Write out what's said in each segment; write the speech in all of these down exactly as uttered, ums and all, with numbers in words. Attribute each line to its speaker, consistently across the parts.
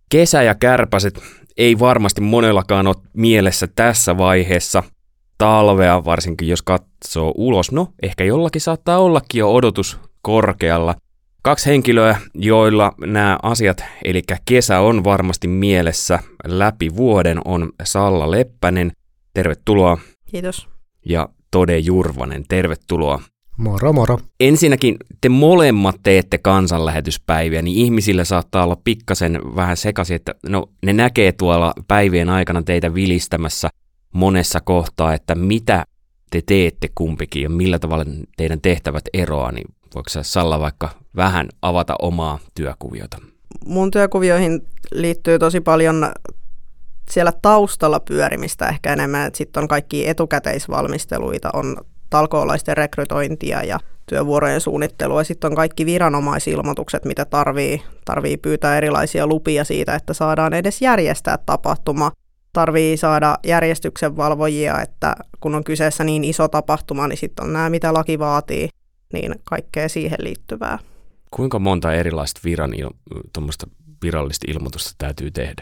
Speaker 1: Kesä ja kärpäset ei varmasti monellakaan ole mielessä tässä vaiheessa talvea, varsinkin jos katsoo ulos. No, ehkä jollakin saattaa ollakin jo odotus korkealla. Kaksi henkilöä, joilla nämä asiat, eli kesä on varmasti mielessä läpi vuoden, on Salla Leppänen. Tervetuloa.
Speaker 2: Kiitos.
Speaker 1: Ja Tode Jurvanen. Tervetuloa.
Speaker 3: Moro, moro.
Speaker 1: Ensinnäkin te molemmat teette kansanlähetyspäiviä, niin ihmisillä saattaa olla pikkasen vähän sekaisin, että no, ne näkee tuolla päivien aikana teitä vilistämässä monessa kohtaa, että mitä te teette kumpikin ja millä tavalla teidän tehtävät eroaa, niin voiko sä Salla vaikka vähän avata omaa työkuviota?
Speaker 2: Mun työkuvioihin liittyy tosi paljon siellä taustalla pyörimistä ehkä enemmän, että sitten on kaikki etukäteisvalmisteluita, on talkoolaisten rekrytointia ja työvuorojen suunnittelua. Sitten on kaikki viranomaisilmoitukset, mitä tarvii, tarvii pyytää erilaisia lupia siitä, että saadaan edes järjestää tapahtuma. Tarvii saada järjestyksenvalvojia, että kun on kyseessä niin iso tapahtuma, niin sitten on nämä, mitä laki vaatii, niin kaikkea siihen liittyvää.
Speaker 1: Kuinka monta erilaista viran, tuommoista virallista ilmoitusta täytyy tehdä?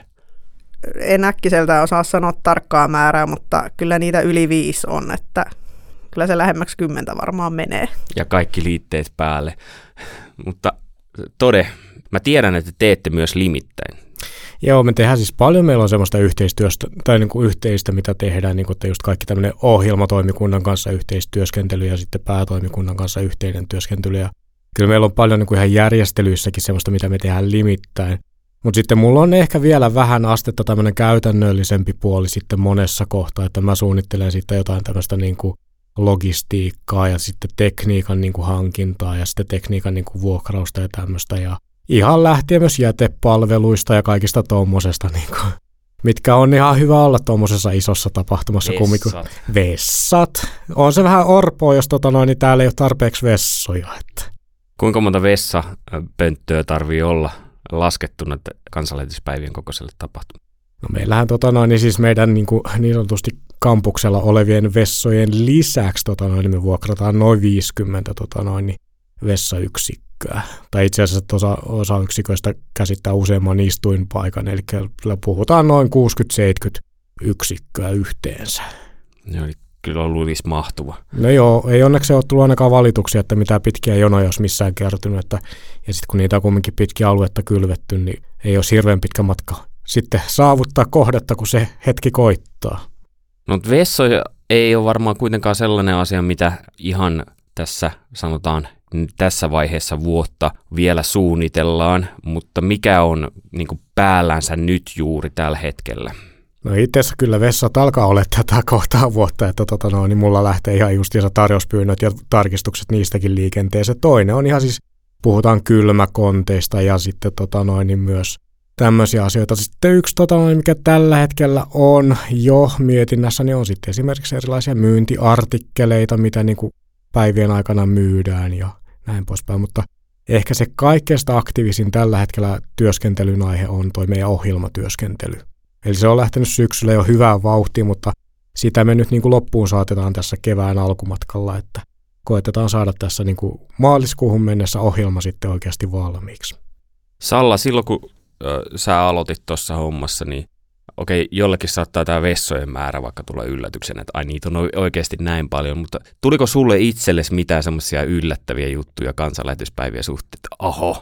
Speaker 2: En äkkiseltään osaa sanoa tarkkaa määrää, mutta kyllä niitä yli viisi on, että kyllä se lähemmäksi kymmentä varmaan menee. Ja
Speaker 1: kaikki liitteet päälle. Mutta Tode, mä tiedän, että teette myös limittäin.
Speaker 3: Joo, me tehdään siis paljon. Meillä on semmoista yhteistyöstä, tai niin kuin yhteistä, mitä tehdään, niin kuin, että just kaikki tämmöinen ohjelmatoimikunnan kanssa yhteistyöskentely ja sitten päätoimikunnan kanssa yhteinen työskentely. Ja kyllä meillä on paljon niin kuin ihan järjestelyissäkin semmoista, mitä me tehdään limittäin. Mutta sitten mulla on ehkä vielä vähän astetta tämmöinen käytännöllisempi puoli sitten monessa kohtaa, että mä suunnittelen sitten jotain tämmöistä niin kuin logistiikkaa ja sitten tekniikan niin kuin hankintaa ja sitten tekniikan niin kuin vuokrausta ja tämmöistä. Ja ihan lähtien myös jätepalveluista ja kaikista tommosesta, niin kuin, mitkä on ihan hyvä olla tuommoisessa isossa tapahtumassa.
Speaker 1: Vessat.
Speaker 3: Kuin vessat. On se vähän orpoa, jos tota noin, niin täällä ei ole tarpeeksi vessoja. Että.
Speaker 1: Kuinka monta vessapönttöä tarvii olla laskettuna kansanlähetyspäivien kokoiselle tapahtumalle?
Speaker 3: No meillähän tota noin, niin siis meidän niin, kuin, niin sanotusti kampuksella olevien vessojen lisäksi tota noin, niin me vuokrataan noin viisikymmentä tota noin, niin vessayksikköä. Tai itse asiassa osa, osa yksiköistä käsittää useamman istuinpaikan, eli puhutaan noin kuusikymmentä seitsemänkymmentä yksikköä yhteensä.
Speaker 1: No, eli kyllä on luulisi mahtuva.
Speaker 3: No joo, ei onneksi ole tullut ainakaan valituksia, että mitään pitkiä jonoja olisi missään kertynyt. Että, ja sitten kun niitä on kumminkin pitkiä aluetta kylvetty, niin ei ole hirveän pitkä matka sitten saavuttaa kohdetta, kun se hetki koittaa.
Speaker 1: No vessoja ei ole varmaan kuitenkaan sellainen asia, mitä ihan tässä sanotaan tässä vaiheessa vuotta vielä suunnitellaan, mutta mikä on niin kuin päällänsä nyt juuri tällä hetkellä?
Speaker 3: No itse asiassa kyllä vessat alkaa olla tätä kohtaa vuotta, että tota no, niin mulla lähtee ihan justiinsa tarjouspyynnöt ja tarkistukset niistäkin liikenteeseen. Toinen on ihan siis, puhutaan kylmäkonteista ja sitten tota noin, niin myös tämmöisiä asioita. Sitten yksi, tota noin, mikä tällä hetkellä on jo mietinnässä, niin on sitten esimerkiksi erilaisia myyntiartikkeleita, mitä niin kuin päivien aikana myydään ja näin poispäin, mutta ehkä se kaikkein aktiivisin tällä hetkellä työskentelyn aihe on toi meidän ohjelmatyöskentely. Eli se on lähtenyt syksyllä jo hyvään vauhtiin, mutta sitä me nyt niin kuin loppuun saatetaan tässä kevään alkumatkalla, että koetetaan saada tässä niin kuin maaliskuuhun mennessä ohjelma sitten oikeasti valmiiksi.
Speaker 1: Salla, silloin kun ö, sä aloitit tuossa hommassa, niin okei, jollekin saattaa tämä vessojen määrä vaikka tulla yllätyksenä, että ai niitä on oikeasti näin paljon, mutta tuliko sulle itsellesi mitään semmoisia yllättäviä juttuja kansanlähetyspäivien suhteen, että oho?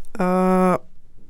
Speaker 2: Öö,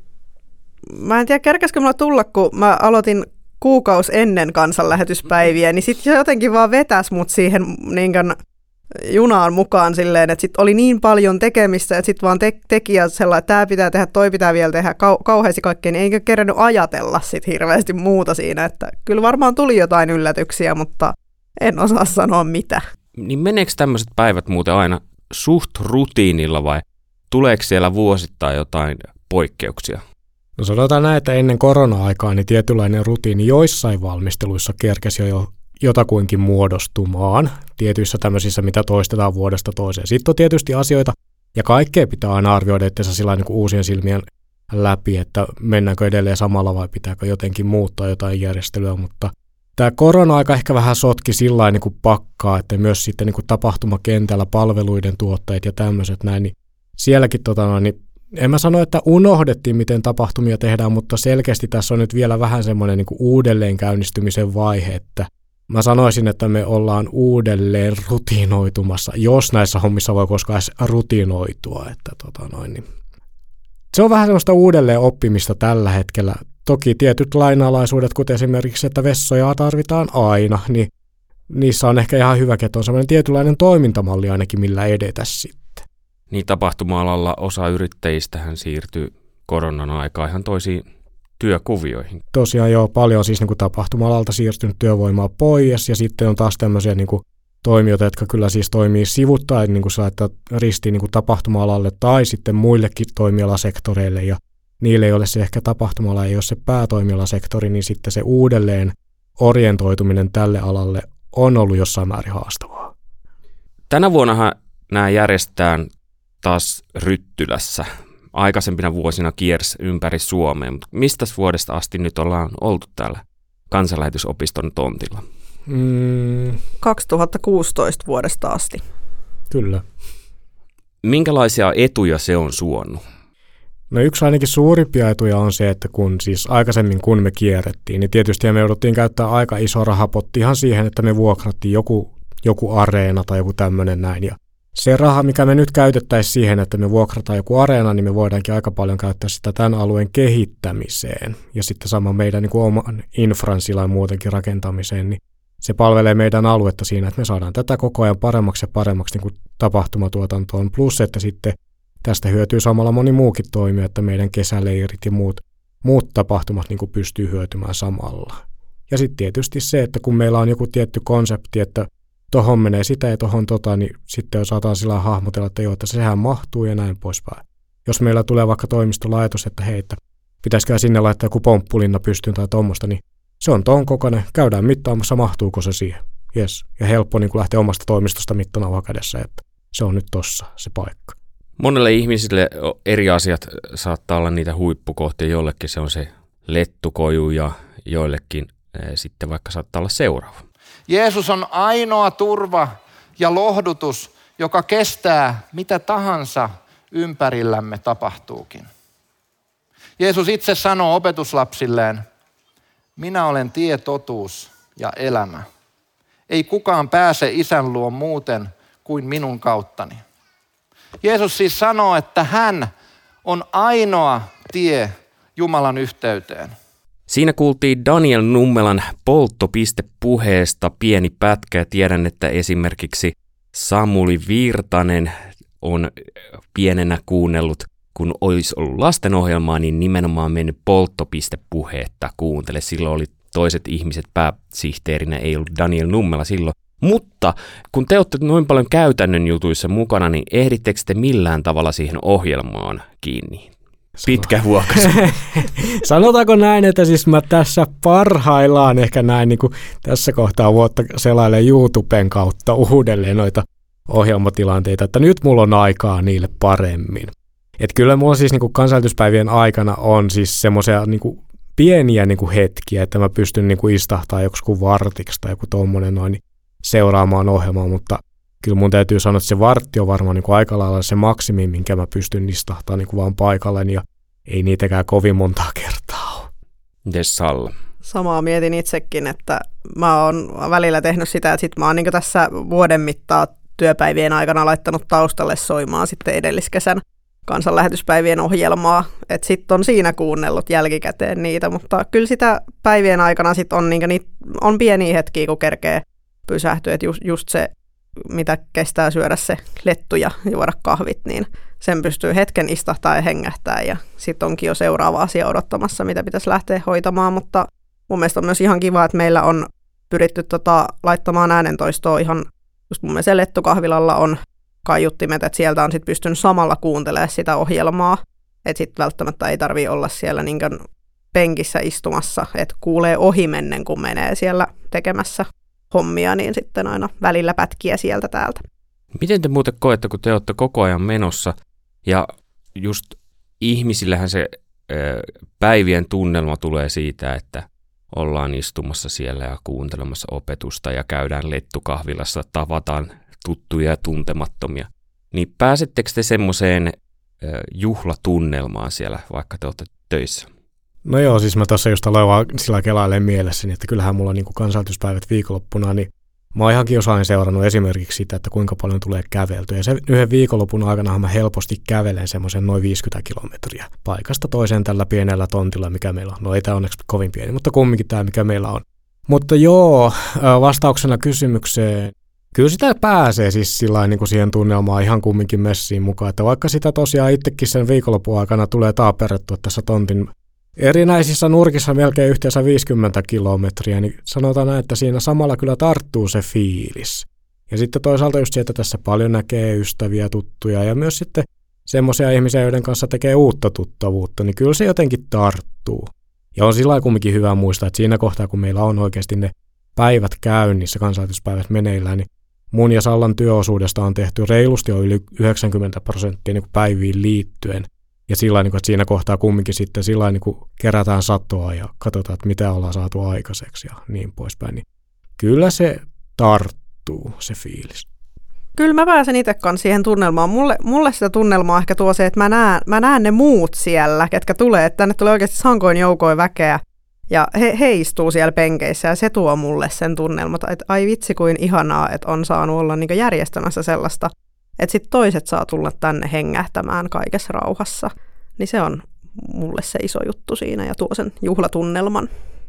Speaker 2: mä en tiedä, kerkäskö mulla tulla, kun mä aloitin kuukausi ennen kansanlähetyspäiviä, niin sitten se jotenkin vaan vetäisi mut siihen niin kuin junaan mukaan silleen, että sitten oli niin paljon tekemistä, että sitten vaan te- tekijät sellainen, että tämä pitää tehdä, toi pitää vielä tehdä kau- kauheasti kaikkea, niin eikä kerännyt ajatella sitten hirveästi muuta siinä, että kyllä varmaan tuli jotain yllätyksiä, mutta en osaa sanoa mitä.
Speaker 1: Niin meneekö tämmöiset päivät muuten aina suht rutiinilla vai tuleeko siellä vuosittain jotain poikkeuksia?
Speaker 3: No sanotaan näin, että ennen korona-aikaa niin tietynlainen rutiini joissain valmisteluissa kerkesi jo jotakuinkin muodostumaan tietyissä tämmöisissä, mitä toistetaan vuodesta toiseen. Sitten on tietysti asioita, ja kaikkea pitää aina arvioida, että se sillä niin kuin uusien silmien läpi, että mennäänkö edelleen samalla vai pitääkö jotenkin muuttaa jotain järjestelyä, mutta tämä korona-aika ehkä vähän sotki sillä niin kuin pakkaa, että myös sitten niin kuin tapahtumakentällä palveluiden tuottajat ja tämmöiset näin, niin sielläkin tota, niin en mä sano, että unohdettiin, miten tapahtumia tehdään, mutta selkeästi tässä on nyt vielä vähän semmoinen niin kuin uudelleen käynnistymisen vaihe, että mä sanoisin, että me ollaan uudelleen rutinoitumassa, jos näissä hommissa voi koskaan edes rutinoitua. Että tota noin, niin. Se on vähän semmoista uudelleen oppimista tällä hetkellä. Toki tietyt lainalaisuudet, kuten esimerkiksi, että vessoja tarvitaan aina, niin niissä on ehkä ihan hyvä, että on semmoinen tietynlainen toimintamalli ainakin, millä edetä sitten.
Speaker 1: Niin tapahtuma-alalla osa yrittäjistähän siirtyy koronan aikaa ihan toisiin työkuvioihin.
Speaker 3: Tosiaan joo, paljon on siis niin kuin tapahtuma-alalta siirtynyt työvoimaa pois, ja sitten on taas tämmöisiä niin kuin toimijoita, jotka kyllä siis toimii sivuttain, niin kuin sä laittaa ristiin niin kuin tapahtuma-alalle tai sitten muillekin toimialasektoreille, ja niille ei ole se ehkä tapahtuma-ala, ei ole se päätoimialasektori, niin sitten se uudelleen orientoituminen tälle alalle on ollut jossain määrin haastavaa.
Speaker 1: Tänä vuonnahan nämä järjestetään taas Ryttylässä. Aikaisempina vuosina kiersi ympäri Suomea, mutta mistä vuodesta asti nyt ollaan oltu täällä Kansanlähetysopiston tontilla?
Speaker 3: Mm.
Speaker 2: kaksituhattakuusitoista vuodesta asti.
Speaker 3: Kyllä.
Speaker 1: Minkälaisia etuja se on suonut?
Speaker 3: No yksi ainakin suurimpia etuja on se, että kun siis aikaisemmin kun me kierrettiin, niin tietysti me jouduttiin käyttää aika iso rahapotti ihan siihen, että me vuokrattiin joku, joku areena tai joku tämmöinen näin. Ja se raha, mikä me nyt käytettäisiin siihen, että me vuokrataan joku areena, niin me voidaankin aika paljon käyttää sitä tämän alueen kehittämiseen ja sitten sama meidän niin kuin oman infran sillä muutenkin rakentamiseen, niin se palvelee meidän aluetta siinä, että me saadaan tätä koko ajan paremmaksi ja paremmaksi niin kuin tapahtumatuotantoon, plus että sitten tästä hyötyy samalla moni muukin toimija, että meidän kesäleirit ja muut, muut tapahtumat niin kuin pystyy hyötymään samalla. Ja sitten tietysti se, että kun meillä on joku tietty konsepti, että tohon menee sitä ja tohon tota, niin sitten saataan sillä hahmotella, että joo, että sehän mahtuu ja näin poispäin. Jos meillä tulee vaikka toimistolaitos, että hei, että pitäisikö sinne laittaa joku pomppulinna pystyyn tai tuommoista, niin se on ton kokoinen, käydään mittaamassa, mahtuuko se siihen. Yes. Ja helppo niin lähteä omasta toimistosta mittanauha kädessä, että se on nyt tossa se paikka.
Speaker 1: Monelle ihmisille eri asiat saattaa olla niitä huippukohtia, jollekin se on se lettukoju ja joillekin sitten vaikka saattaa olla seuraava.
Speaker 4: Jeesus on ainoa turva ja lohdutus, joka kestää mitä tahansa ympärillämme tapahtuukin. Jeesus itse sanoo opetuslapsilleen, minä olen tie, totuus ja elämä. Ei kukaan pääse Isän luo muuten kuin minun kauttani. Jeesus siis sanoo, että hän on ainoa tie Jumalan yhteyteen.
Speaker 1: Siinä kuultiin Daniel Nummelan polttopistepuheesta pieni pätkä ja tiedän, että esimerkiksi Samuli Virtanen on pienenä kuunnellut, kun olisi ollut lastenohjelmaa, niin nimenomaan mennyt polttopistepuheetta kuuntele. Silloin oli toiset ihmiset pääsihteerinä, ei ollut Daniel Nummela silloin. Mutta kun te olette noin paljon käytännön jutuissa mukana, niin ehdittekö te millään tavalla siihen ohjelmaan kiinni? Pitkä huokas.
Speaker 3: Sanotaanko näin, että siis mä tässä parhaillaan ehkä näin niin kuin tässä kohtaa vuotta selailen YouTuben kautta uudelleen noita ohjelmatilanteita, että nyt mulla on aikaa niille paremmin. Et kyllä mulla siis niin kuin kansanlähetyspäivien aikana on siis semmoisia niin kuin pieniä niin kuin hetkiä, että mä pystyn niin kuin istahtaa joku vartiksi tai joku tommonen noin seuraamaan ohjelmaa, mutta kyllä mun täytyy sanoa, että se vartti on varmaan niin kuin aika lailla se maksimi, minkä mä pystyn istahtaa niin kuin vaan paikalleni ja ei niitäkään kovin montaa kertaa ole.
Speaker 1: Mites Salla?
Speaker 2: Samaa mietin itsekin, että mä oon välillä tehnyt sitä, että sit mä oon niin kuin tässä vuoden mittaa työpäivien aikana laittanut taustalle soimaan sitten edelliskesän kansanlähetyspäivien ohjelmaa, että sitten on siinä kuunnellut jälkikäteen niitä, mutta kyllä sitä päivien aikana sitten on, niin niitä, on pieniä hetkiä, kun kerkee pysähtyä, että just, just se, mitä kestää syödä se lettu ja juoda kahvit, niin sen pystyy hetken istahtaa ja hengähtää ja sitten onkin jo seuraava asia odottamassa, mitä pitäisi lähteä hoitamaan, mutta mun mielestä on myös ihan kiva, että meillä on pyritty tota, laittamaan äänentoistoa ihan, just mun mielestä lettukahvilalla on kaiuttimet, että sieltä on sitten pystynyt samalla kuuntelemaan sitä ohjelmaa, että sitten välttämättä ei tarvitse olla siellä niinkään penkissä istumassa, että kuulee ohimennen, kun menee siellä tekemässä hommia, niin sitten aina välillä pätkiä sieltä täältä.
Speaker 1: Miten te muuten koette, kun te olette koko ajan menossa ja just ihmisillähän se ö, päivien tunnelma tulee siitä, että ollaan istumassa siellä ja kuuntelemassa opetusta ja käydään lettukahvilassa, tavataan tuttuja ja tuntemattomia. Niin pääsettekö te semmoiseen juhlatunnelmaa siellä, vaikka te olette töissä?
Speaker 3: No joo, siis mä tuossa just aloin vaan sillä kelailen mielessäni, että kyllähän mulla niin kansallispäivät viikonloppuna, niin mä oon ihan kiusallinen seurannut esimerkiksi sitä, että kuinka paljon tulee käveltyä. Ja sen yhden viikonlopun aikana mä helposti kävelen semmoisen noin viisikymmentä kilometriä paikasta toiseen tällä pienellä tontilla, mikä meillä on. No ei tämä onneksi kovin pieni, mutta kumminkin tämä, mikä meillä on. Mutta joo, vastauksena kysymykseen, kyllä sitä pääsee siis sillain niin kuin siihen tunnelmaan ihan kumminkin messiin mukaan, että vaikka sitä tosiaan itsekin sen viikonlopun aikana tulee taaperrettua tässä tontin erinäisissä nurkissa melkein yhteensä viisikymmentä kilometriä, niin sanotaan näin, että siinä samalla kyllä tarttuu se fiilis. Ja sitten toisaalta just se, että tässä paljon näkee ystäviä, tuttuja ja myös sitten semmoisia ihmisiä, joiden kanssa tekee uutta tuttavuutta, niin kyllä se jotenkin tarttuu. Ja on sillä lailla kumminkin hyvä muistaa, että siinä kohtaa, kun meillä on oikeasti ne päivät käynnissä, kansallispäivät meneillään, niin mun ja Sallan työosuudesta on tehty reilusti jo yli yhdeksänkymmentä prosenttia niin kuin päiviin liittyen. Ja sillä niin kuin, että siinä kohtaa kumminkin sitten sillä niin kuin kerätään satoa ja katsotaan, että mitä ollaan saatu aikaiseksi ja niin poispäin. Niin kyllä se tarttuu, se fiilis.
Speaker 2: Kyllä mä pääsen itse kanssa siihen tunnelmaan. Mulle, mulle sitä tunnelmaa ehkä tuo se, että mä näen, mä näen ne muut siellä, ketkä tulee. Että tänne tulee oikeasti sankoin joukoin väkeä ja he, he istuu siellä penkeissä ja se tuo mulle sen tunnelman. Että ai vitsi kuin ihanaa, että on saanut olla niin kuin järjestämässä sellaista. Että sitten toiset saa tulla tänne hengähtämään kaikessa rauhassa. Niin se on mulle se iso juttu siinä ja tuo sen juhlatunnelman.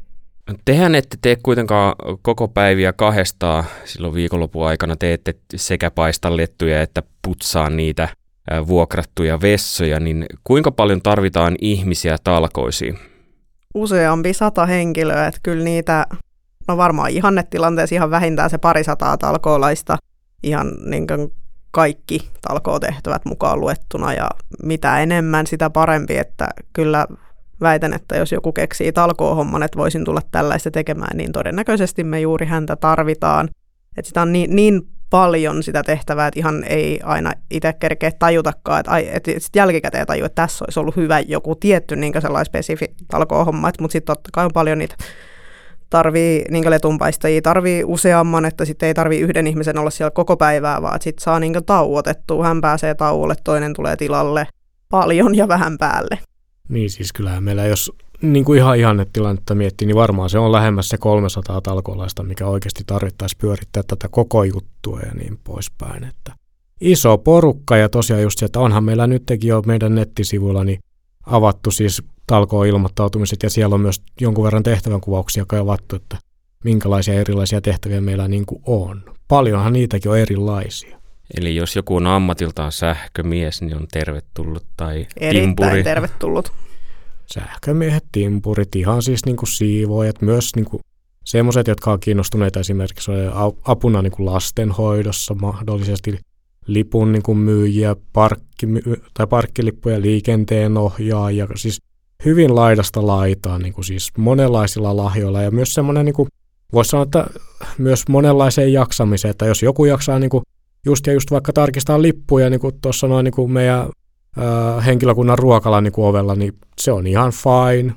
Speaker 1: Tehän ette tee kuitenkaan koko päiviä kahdestaan silloin viikonlopun aikana. Te ette sekä paista lettuja että putsaa niitä vuokrattuja vessoja. Niin kuinka paljon tarvitaan ihmisiä talkoisiin?
Speaker 2: Useampi sata henkilöä. Että kyllä niitä, no varmaan ihannetilanteessa ihan vähintään se parisataa talkoolaista. Ihan niin kuin kaikki talkootehtävät mukaan luettuna ja mitä enemmän sitä parempi, että kyllä väitän, että jos joku keksii talkoohomman, että voisin tulla tällaista tekemään, niin todennäköisesti me juuri häntä tarvitaan. Että sitä on niin, niin paljon sitä tehtävää, että ihan ei aina itse kerkeä tajutakaan, että, ai, että sitten jälkikäteen tajuu, että tässä olisi ollut hyvä joku tietty niin sellainen spesifi talkoohomma, mutta sitten totta kai on paljon niitä tarvii niin letunpaistajia, tarvii useamman, että sitten ei tarvii yhden ihmisen olla siellä koko päivää, vaan sitten saa niin tauotettua. Hän pääsee tauolle, toinen tulee tilalle, paljon ja vähän päälle.
Speaker 3: Niin siis kyllähän meillä, jos niin kuin ihan ihannetilannetta miettii, niin varmaan se on lähemmäs se kolmesataa talkoolaista, mikä oikeasti tarvittaisiin pyörittää tätä koko juttua ja niin poispäin. Että iso porukka ja tosiaan just se, että onhan meillä nytkin jo meidän nettisivuilla niin avattu siis talkoo-ilmoittautumiset ja siellä on myös jonkun verran tehtävänkuvauksia kaivattu, että minkälaisia erilaisia tehtäviä meillä niin kuin on. Paljonhan niitäkin on erilaisia.
Speaker 1: Eli jos joku on ammatiltaan sähkömies, niin on tervetullut tai
Speaker 2: Erittäin
Speaker 1: timpuri.
Speaker 2: tervetullut.
Speaker 3: Sähkömiehet, timpurit, ihan siis niin kuin siivoojat, myös niin kuin semmoiset, jotka on kiinnostuneita esimerkiksi apuna niin kuin lastenhoidossa, mahdollisesti lipun niin kuin myyjiä, parkki, tai parkkilippuja, liikenteenohjaajia, siis hyvin laidasta laitaan, niin kuin siis monenlaisilla lahjoilla ja myös semmoinen, niin kuin, voisi sanoa, että myös monenlaiseen jaksamiseen, että jos joku jaksaa niin kuin just ja just vaikka tarkistaa lippuja, niin kuin tuossa noin niin kuin meidän ää, henkilökunnan ruokala niin kuin ovella, niin se on ihan fine.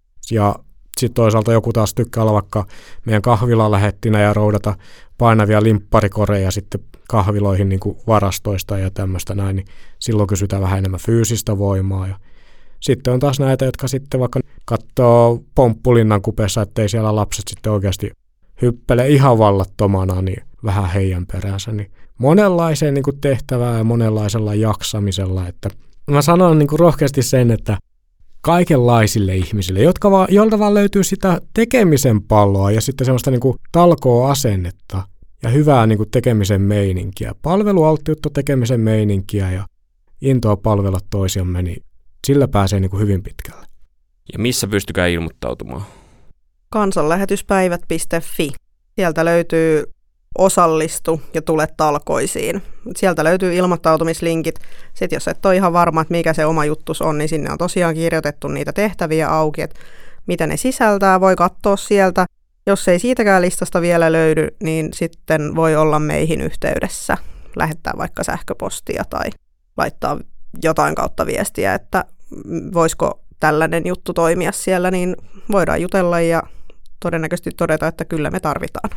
Speaker 3: Ja sitten toisaalta joku taas tykkää olla vaikka meidän kahvilan lähettinä ja roudata painavia limpparikoreja sitten kahviloihin niin kuin varastoista ja tämmöistä näin, niin silloin kysytään vähän enemmän fyysistä voimaa. Ja sitten on taas näitä, jotka sitten vaikka katsoo pomppulinnan kupeessa, ettei siellä lapset sitten oikeasti hyppele ihan vallattomana, niin vähän heidän peräänsä. Niin monenlaiseen niin kuin tehtävää ja monenlaisella jaksamisella. Että mä sanon niin kuin rohkeasti sen, että kaikenlaisille ihmisille, jotka vaan, joilta vaan löytyy sitä tekemisen palloa ja sitten semmoista niin kuin talkoo-asennetta ja hyvää niin kuin tekemisen meininkiä, palvelualttiutta tekemisen meininkiä ja intoa palvella toisiamme, niin sillä pääsee niin kuin hyvin pitkälle.
Speaker 1: Ja missä pystykää ilmoittautumaan?
Speaker 2: kansanlähetyspäivät piste fi. Sieltä löytyy osallistu ja tule talkoisiin. Sieltä löytyy ilmoittautumislinkit. Sitten jos et ole ihan varma, että mikä se oma juttus on, niin sinne on tosiaan kirjoitettu niitä tehtäviä auki, että mitä ne sisältää, voi katsoa sieltä. Jos ei siitäkään listasta vielä löydy, niin sitten voi olla meihin yhteydessä, lähettää vaikka sähköpostia tai laittaa jotain kautta viestiä, että voisiko tällainen juttu toimia siellä, niin voidaan jutella ja todennäköisesti todeta, että kyllä me tarvitaan.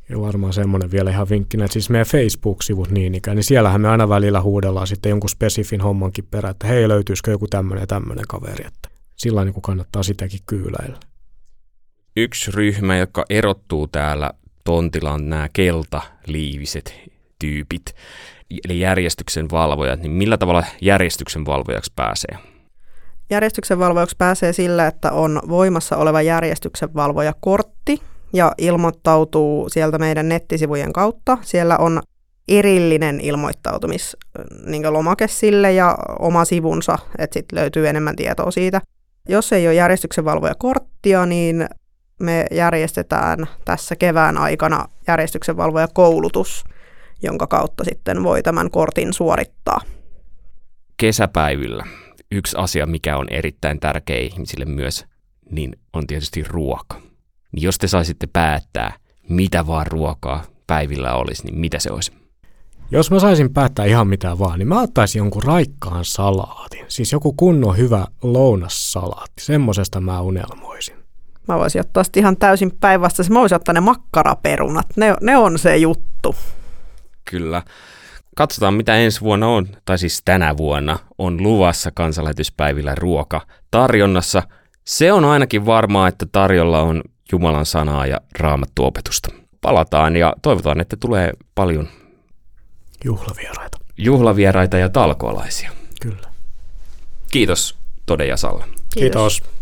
Speaker 3: Ja varmaan semmoinen vielä ihan vinkkinä, että siis meidän Facebook-sivut niin ikään, niin siellähän me aina välillä huudellaan sitten jonkun spesifin hommankin perään, että hei, löytyisikö joku tämmöinen ja tämmöinen kaveri, että sillä niin kannattaa sitäkin kyyläillä.
Speaker 1: Yksi ryhmä, joka erottuu täällä tontilla, on nämä keltaliiviset tyypit, eli järjestyksen valvojat. Niin millä tavalla järjestyksen valvojaksi pääsee?
Speaker 2: Järjestyksen valvojaksi pääsee sillä, että on voimassa oleva järjestyksen valvojakortti ja ilmoittautuu sieltä meidän nettisivujen kautta. Siellä on erillinen ilmoittautumislomake sille ja oma sivunsa, että sitten löytyy enemmän tietoa siitä. Jos ei ole järjestyksen valvojakorttia, niin me järjestetään tässä kevään aikana järjestyksen valvojakoulutus, jonka kautta sitten voi tämän kortin suorittaa.
Speaker 1: Kesäpäivillä yksi asia, mikä on erittäin tärkeä ihmisille myös, niin on tietysti ruoka. Niin jos te saisitte päättää, mitä vaan ruokaa päivillä olisi, niin mitä se olisi?
Speaker 3: Jos mä saisin päättää ihan mitä vaan, niin mä ottaisin jonkun raikkaan salaatin. Siis joku kunnon hyvä lounassalaatti. Semmosesta mä unelmoisin.
Speaker 2: Mä voisin ottaa sitten ihan täysin päinvastaisesti. Mä voisin ottaa ne makkaraperunat. Ne, ne on se juttu.
Speaker 1: Kyllä. Katsotaan, mitä ensi vuonna on, tai siis tänä vuonna on luvassa kansanlähetyspäivillä ruoka tarjonnassa. Se on ainakin varmaa, että tarjolla on Jumalan sanaa ja raamattuopetusta. Palataan ja toivotaan, että tulee paljon
Speaker 3: juhlavieraita.
Speaker 1: Juhlavieraita ja talkoolaisia.
Speaker 3: Kyllä.
Speaker 1: Kiitos Tode ja Salle.
Speaker 2: Kiitos.
Speaker 3: Kiitos.